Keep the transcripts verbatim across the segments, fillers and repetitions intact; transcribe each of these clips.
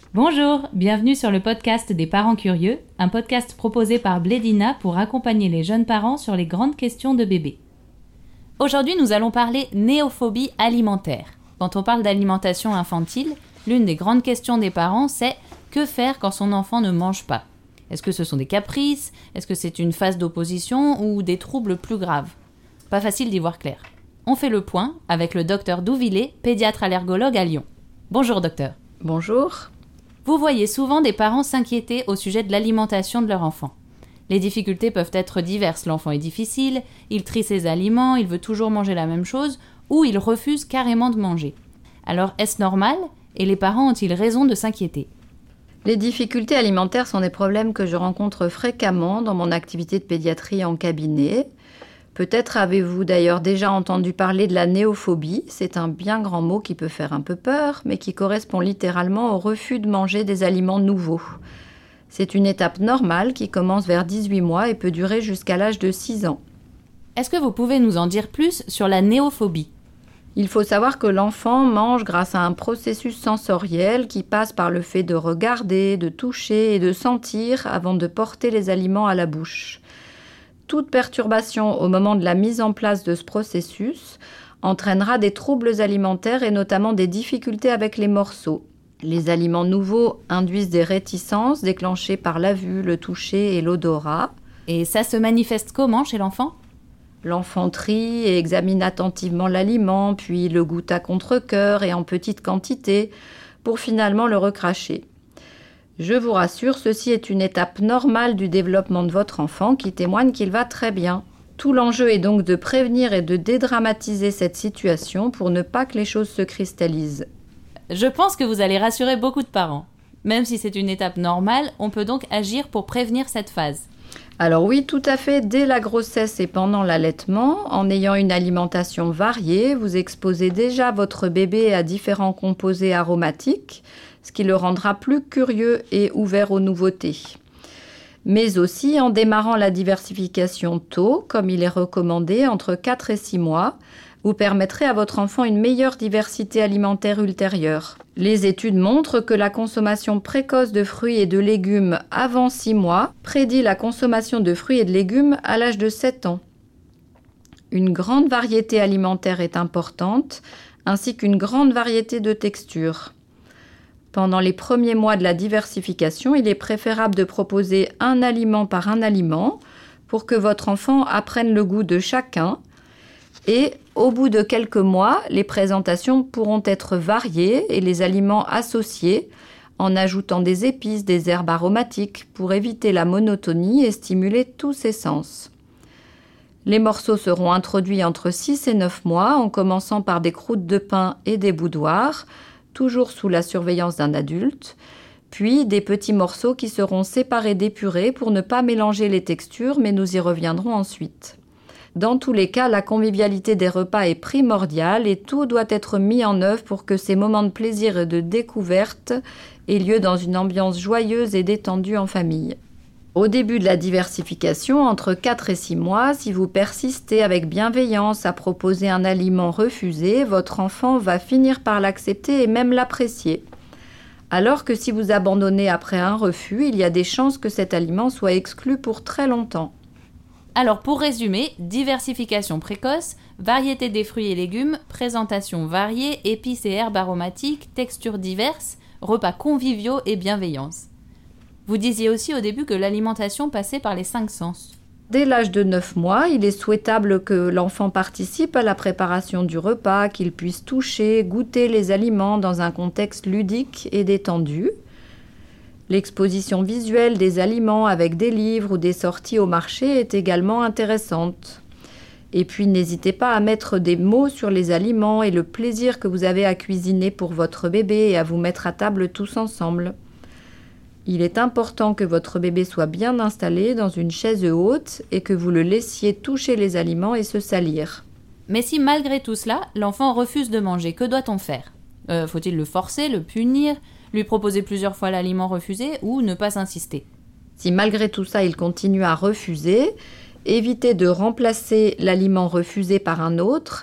Bonjour, bienvenue sur le podcast des parents curieux, un podcast proposé par Blédina pour accompagner les jeunes parents sur les grandes questions de bébé. Aujourd'hui, nous allons parler néophobie alimentaire. Quand on parle d'alimentation infantile, l'une des grandes questions des parents, c'est que faire quand son enfant ne mange pas ? Est-ce que ce sont des caprices ? Est-ce que c'est une phase d'opposition ou des troubles plus graves ? Pas facile d'y voir clair. On fait le point avec le docteur Douvillet, pédiatre allergologue à Lyon. Bonjour docteur. Bonjour. Vous voyez souvent des parents s'inquiéter au sujet de l'alimentation de leur enfant. Les difficultés peuvent être diverses. L'enfant est difficile, il trie ses aliments, il veut toujours manger la même chose ou il refuse carrément de manger. Alors est-ce normal et les parents ont-ils raison de s'inquiéter ? Les difficultés alimentaires sont des problèmes que je rencontre fréquemment dans mon activité de pédiatrie en cabinet. Peut-être avez-vous d'ailleurs déjà entendu parler de la néophobie. C'est un bien grand mot qui peut faire un peu peur, mais qui correspond littéralement au refus de manger des aliments nouveaux. C'est une étape normale qui commence vers dix-huit mois et peut durer jusqu'à l'âge de six ans. Est-ce que vous pouvez nous en dire plus sur la néophobie ? Il faut savoir que l'enfant mange grâce à un processus sensoriel qui passe par le fait de regarder, de toucher et de sentir avant de porter les aliments à la bouche. Toute perturbation au moment de la mise en place de ce processus entraînera des troubles alimentaires et notamment des difficultés avec les morceaux. Les aliments nouveaux induisent des réticences déclenchées par la vue, le toucher et l'odorat. Et ça se manifeste comment chez l'enfant ? L'enfant trie et examine attentivement l'aliment, puis le goûte à contre-cœur et en petite quantité, pour finalement le recracher. Je vous rassure, ceci est une étape normale du développement de votre enfant qui témoigne qu'il va très bien. Tout l'enjeu est donc de prévenir et de dédramatiser cette situation pour ne pas que les choses se cristallisent. Je pense que vous allez rassurer beaucoup de parents. Même si c'est une étape normale, on peut donc agir pour prévenir cette phase. Alors oui, tout à fait, dès la grossesse et pendant l'allaitement, en ayant une alimentation variée, vous exposez déjà votre bébé à différents composés aromatiques, ce qui le rendra plus curieux et ouvert aux nouveautés. Mais aussi en démarrant la diversification tôt, comme il est recommandé, entre quatre et six mois, vous permettrez à votre enfant une meilleure diversité alimentaire ultérieure. Les études montrent que la consommation précoce de fruits et de légumes avant six mois prédit la consommation de fruits et de légumes à l'âge de sept ans. Une grande variété alimentaire est importante, ainsi qu'une grande variété de textures. Pendant les premiers mois de la diversification, il est préférable de proposer un aliment par un aliment pour que votre enfant apprenne le goût de chacun. Et au bout de quelques mois, les présentations pourront être variées et les aliments associés en ajoutant des épices, des herbes aromatiques pour éviter la monotonie et stimuler tous ses sens. Les morceaux seront introduits entre six et neuf mois en commençant par des croûtes de pain et des boudoirs, toujours sous la surveillance d'un adulte, puis des petits morceaux qui seront séparés des purées pour ne pas mélanger les textures, mais nous y reviendrons ensuite. Dans tous les cas, la convivialité des repas est primordiale et tout doit être mis en œuvre pour que ces moments de plaisir et de découverte aient lieu dans une ambiance joyeuse et détendue en famille. Au début de la diversification, entre quatre et six mois, si vous persistez avec bienveillance à proposer un aliment refusé, votre enfant va finir par l'accepter et même l'apprécier. Alors que si vous abandonnez après un refus, il y a des chances que cet aliment soit exclu pour très longtemps. Alors pour résumer, diversification précoce, variété des fruits et légumes, présentation variée, épices et herbes aromatiques, textures diverses, repas conviviaux et bienveillance. Vous disiez aussi au début que l'alimentation passait par les cinq sens. Dès l'âge de neuf mois, il est souhaitable que l'enfant participe à la préparation du repas, qu'il puisse toucher, goûter les aliments dans un contexte ludique et détendu. L'exposition visuelle des aliments avec des livres ou des sorties au marché est également intéressante. Et puis n'hésitez pas à mettre des mots sur les aliments et le plaisir que vous avez à cuisiner pour votre bébé et à vous mettre à table tous ensemble. Il est important que votre bébé soit bien installé dans une chaise haute et que vous le laissiez toucher les aliments et se salir. Mais si malgré tout cela, l'enfant refuse de manger, que doit-on faire ? euh, Faut-il le forcer, le punir, lui proposer plusieurs fois l'aliment refusé ou ne pas insister ? Si malgré tout ça, il continue à refuser, évitez de remplacer l'aliment refusé par un autre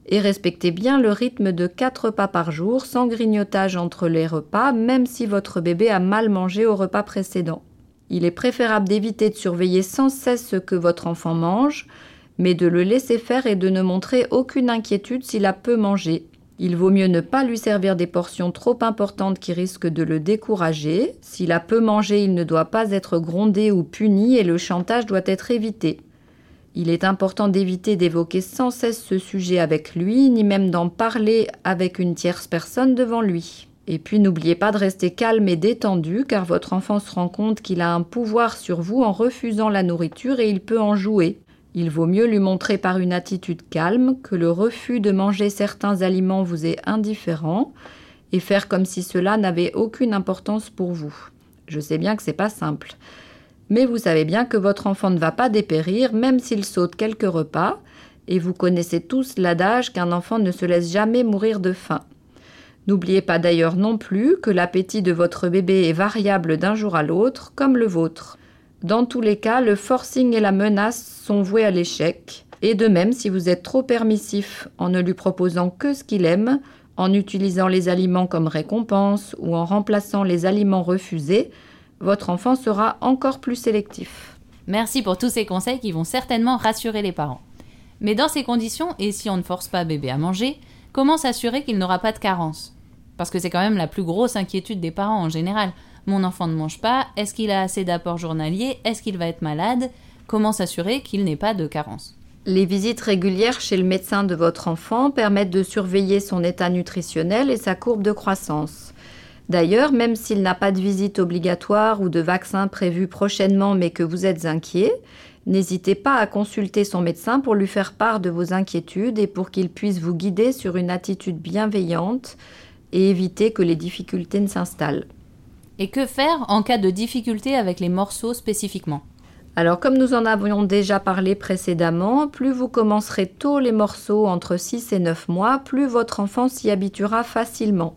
Et respectez bien le rythme de quatre repas par jour, sans grignotage entre les repas, même si votre bébé a mal mangé au repas précédent. Il est préférable d'éviter de surveiller sans cesse ce que votre enfant mange, mais de le laisser faire et de ne montrer aucune inquiétude s'il a peu mangé. Il vaut mieux ne pas lui servir des portions trop importantes qui risquent de le décourager. S'il a peu mangé, il ne doit pas être grondé ou puni et le chantage doit être évité. Il est important d'éviter d'évoquer sans cesse ce sujet avec lui, ni même d'en parler avec une tierce personne devant lui. Et puis n'oubliez pas de rester calme et détendu, car votre enfant se rend compte qu'il a un pouvoir sur vous en refusant la nourriture et il peut en jouer. Il vaut mieux lui montrer par une attitude calme que le refus de manger certains aliments vous est indifférent et faire comme si cela n'avait aucune importance pour vous. Je sais bien que c'est pas simple. Mais vous savez bien que votre enfant ne va pas dépérir même s'il saute quelques repas et vous connaissez tous l'adage qu'un enfant ne se laisse jamais mourir de faim. N'oubliez pas d'ailleurs non plus que l'appétit de votre bébé est variable d'un jour à l'autre comme le vôtre. Dans tous les cas, le forcing et la menace sont voués à l'échec. Et de même, si vous êtes trop permissif en ne lui proposant que ce qu'il aime, en utilisant les aliments comme récompense ou en remplaçant les aliments refusés, votre enfant sera encore plus sélectif. Merci pour tous ces conseils qui vont certainement rassurer les parents. Mais dans ces conditions, et si on ne force pas bébé à manger, comment s'assurer qu'il n'aura pas de carence ? Parce que c'est quand même la plus grosse inquiétude des parents en général. Mon enfant ne mange pas, est-ce qu'il a assez d'apports journaliers, est-ce qu'il va être malade ? Comment s'assurer qu'il n'ait pas de carence ? Les visites régulières chez le médecin de votre enfant permettent de surveiller son état nutritionnel et sa courbe de croissance. D'ailleurs, même s'il n'a pas de visite obligatoire ou de vaccin prévu prochainement mais que vous êtes inquiet, n'hésitez pas à consulter son médecin pour lui faire part de vos inquiétudes et pour qu'il puisse vous guider sur une attitude bienveillante et éviter que les difficultés ne s'installent. Et que faire en cas de difficulté avec les morceaux spécifiquement ? Alors, comme nous en avions déjà parlé précédemment, plus vous commencerez tôt les morceaux entre six et neuf mois, plus votre enfant s'y habituera facilement.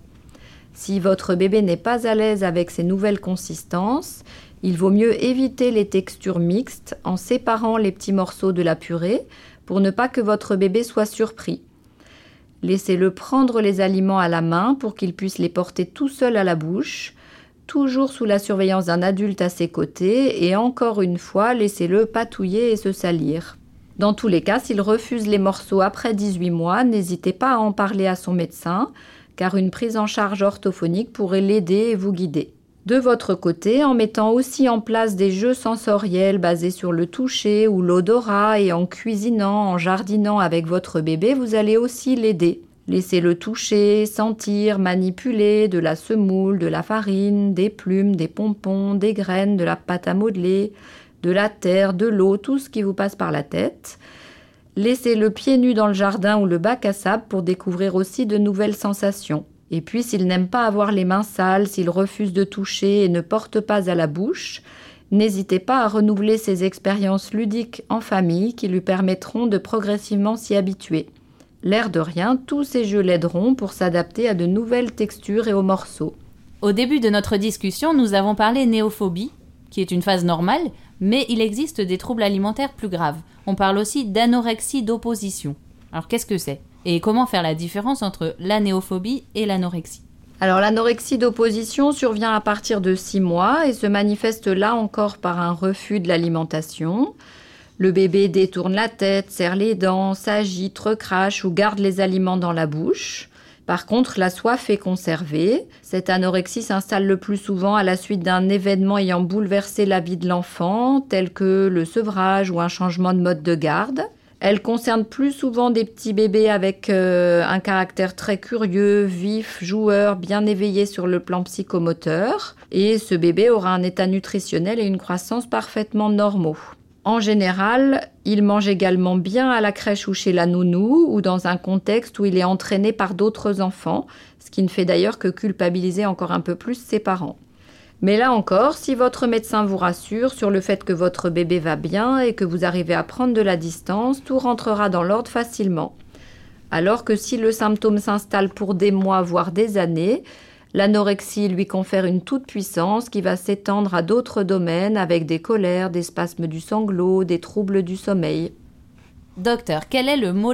Si votre bébé n'est pas à l'aise avec ces nouvelles consistances, il vaut mieux éviter les textures mixtes en séparant les petits morceaux de la purée pour ne pas que votre bébé soit surpris. Laissez-le prendre les aliments à la main pour qu'il puisse les porter tout seul à la bouche, toujours sous la surveillance d'un adulte à ses côtés et encore une fois, laissez-le patouiller et se salir. Dans tous les cas, s'il refuse les morceaux après dix-huit mois, n'hésitez pas à en parler à son médecin, car une prise en charge orthophonique pourrait l'aider et vous guider. De votre côté, en mettant aussi en place des jeux sensoriels basés sur le toucher ou l'odorat et en cuisinant, en jardinant avec votre bébé, vous allez aussi l'aider. Laissez-le toucher, sentir, manipuler de la semoule, de la farine, des plumes, des pompons, des graines, de la pâte à modeler, de la terre, de l'eau, tout ce qui vous passe par la tête. Laissez-le pieds nus dans le jardin ou le bac à sable pour découvrir aussi de nouvelles sensations. Et puis, s'il n'aime pas avoir les mains sales, s'il refuse de toucher et ne porte pas à la bouche, n'hésitez pas à renouveler ces expériences ludiques en famille qui lui permettront de progressivement s'y habituer. L'air de rien, tous ces jeux l'aideront pour s'adapter à de nouvelles textures et aux morceaux. Au début de notre discussion, nous avons parlé néophobie, qui est une phase normale, mais il existe des troubles alimentaires plus graves. On parle aussi d'anorexie d'opposition. Alors qu'est-ce que c'est ? Et comment faire la différence entre la néophobie et l'anorexie ? Alors l'anorexie d'opposition survient à partir de six mois et se manifeste là encore par un refus de l'alimentation. Le bébé détourne la tête, serre les dents, s'agite, recrache ou garde les aliments dans la bouche. Par contre, la soif est conservée. Cette anorexie s'installe le plus souvent à la suite d'un événement ayant bouleversé la vie de l'enfant, tel que le sevrage ou un changement de mode de garde. Elle concerne plus souvent des petits bébés avec euh, un caractère très curieux, vif, joueur, bien éveillé sur le plan psychomoteur. Et ce bébé aura un état nutritionnel et une croissance parfaitement normaux. En général, il mange également bien à la crèche ou chez la nounou ou dans un contexte où il est entraîné par d'autres enfants, ce qui ne fait d'ailleurs que culpabiliser encore un peu plus ses parents. Mais là encore, si votre médecin vous rassure sur le fait que votre bébé va bien et que vous arrivez à prendre de la distance, tout rentrera dans l'ordre facilement. Alors que si le symptôme s'installe pour des mois, voire des années, l'anorexie lui confère une toute-puissance qui va s'étendre à d'autres domaines avec des colères, des spasmes du sanglot, des troubles du sommeil. Docteur, quel est le mot de la fin ?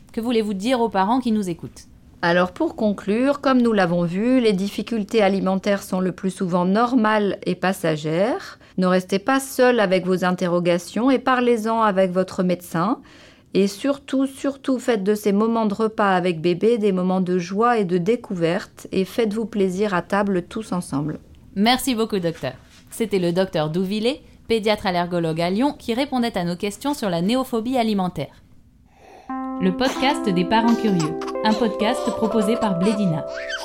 Que voulez-vous dire aux parents qui nous écoutent ? Alors pour conclure, comme nous l'avons vu, les difficultés alimentaires sont le plus souvent normales et passagères. Ne restez pas seul avec vos interrogations et parlez-en avec votre médecin. Et surtout, surtout, faites de ces moments de repas avec bébé des moments de joie et de découverte et faites-vous plaisir à table tous ensemble. Merci beaucoup, docteur. C'était le docteur Douvillet, pédiatre allergologue à Lyon, qui répondait à nos questions sur la néophobie alimentaire. Le podcast des parents curieux, un podcast proposé par Blédina.